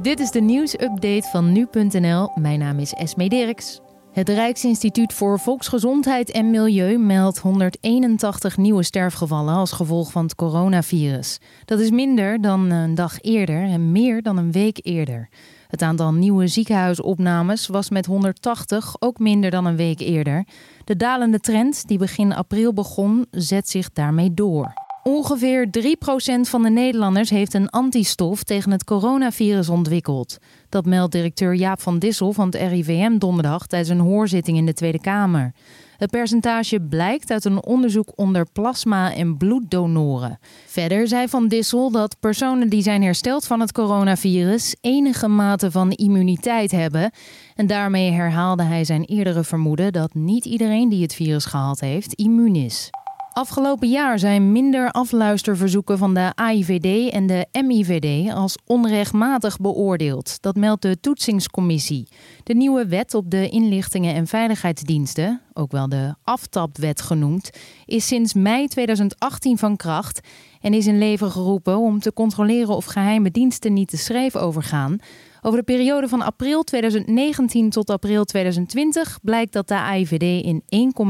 Dit is de nieuwsupdate van nu.nl. Mijn naam is Esmee Dirks. Het Rijksinstituut voor Volksgezondheid en Milieu meldt 181 nieuwe sterfgevallen als gevolg van het coronavirus. Dat is minder dan een dag eerder en meer dan een week eerder. Het aantal nieuwe ziekenhuisopnames was met 180 ook minder dan een week eerder. De dalende trend die begin april begon, zet zich daarmee door. Ongeveer 3% van de Nederlanders heeft een antistof tegen het coronavirus ontwikkeld. Dat meldt directeur Jaap van Dissel van het RIVM donderdag tijdens een hoorzitting in de Tweede Kamer. Het percentage blijkt uit een onderzoek onder plasma- en bloeddonoren. Verder zei Van Dissel dat personen die zijn hersteld van het coronavirus enige mate van immuniteit hebben. En daarmee herhaalde hij zijn eerdere vermoeden dat niet iedereen die het virus gehad heeft immuun is. Afgelopen jaar zijn minder afluisterverzoeken van de AIVD en de MIVD als onrechtmatig beoordeeld. Dat meldt de toetsingscommissie. De nieuwe wet op de inlichtingen- en veiligheidsdiensten, ook wel de aftapwet genoemd, is sinds mei 2018 van kracht en is in leven geroepen om te controleren of geheime diensten niet de schreef overgaan. Over de periode van april 2019 tot april 2020 blijkt dat de AIVD in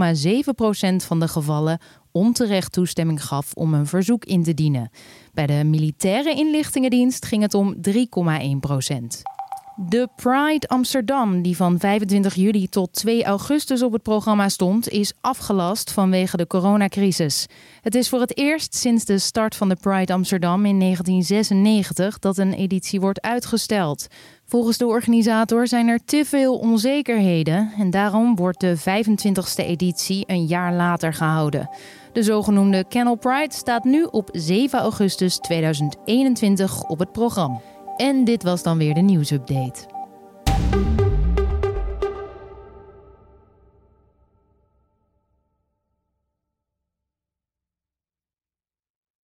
1,7% van de gevallen onterecht toestemming gaf om een verzoek in te dienen. Bij de militaire inlichtingendienst ging het om 3,1%. De Pride Amsterdam, die van 25 juli tot 2 augustus op het programma stond, is afgelast vanwege de coronacrisis. Het is voor het eerst sinds de start van de Pride Amsterdam in 1996 dat een editie wordt uitgesteld. Volgens de organisator zijn er te veel onzekerheden en daarom wordt de 25e editie een jaar later gehouden. De zogenoemde Kennel Pride staat nu op 7 augustus 2021 op het programma. En dit was dan weer de nieuwsupdate.